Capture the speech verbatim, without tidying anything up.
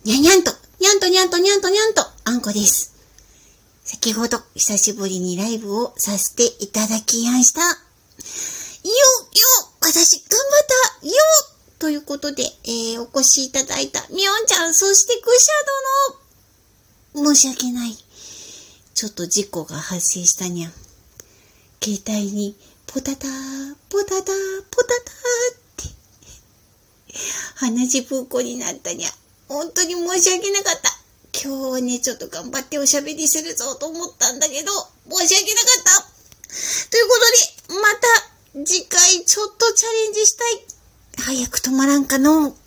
にゃにゃんと、にゃんとにゃんとにゃんとにゃんと、あんこです。先ほど、久しぶりにライブをさせていただきました。よ、よ、私、頑張った、よということで、えー、お越しいただいた、みおんちゃん、そしてぐしゃどの、申し訳ない。ちょっと事故が発生したにゃん。携帯に、ポタター、ポタター、ポタターって、鼻血ぶーこになったにゃ。本当に申し訳なかった。今日はね、ちょっと頑張っておしゃべりするぞと思ったんだけど、申し訳なかった。ということで、また次回ちょっとチャレンジしたい。早く止まらんかの。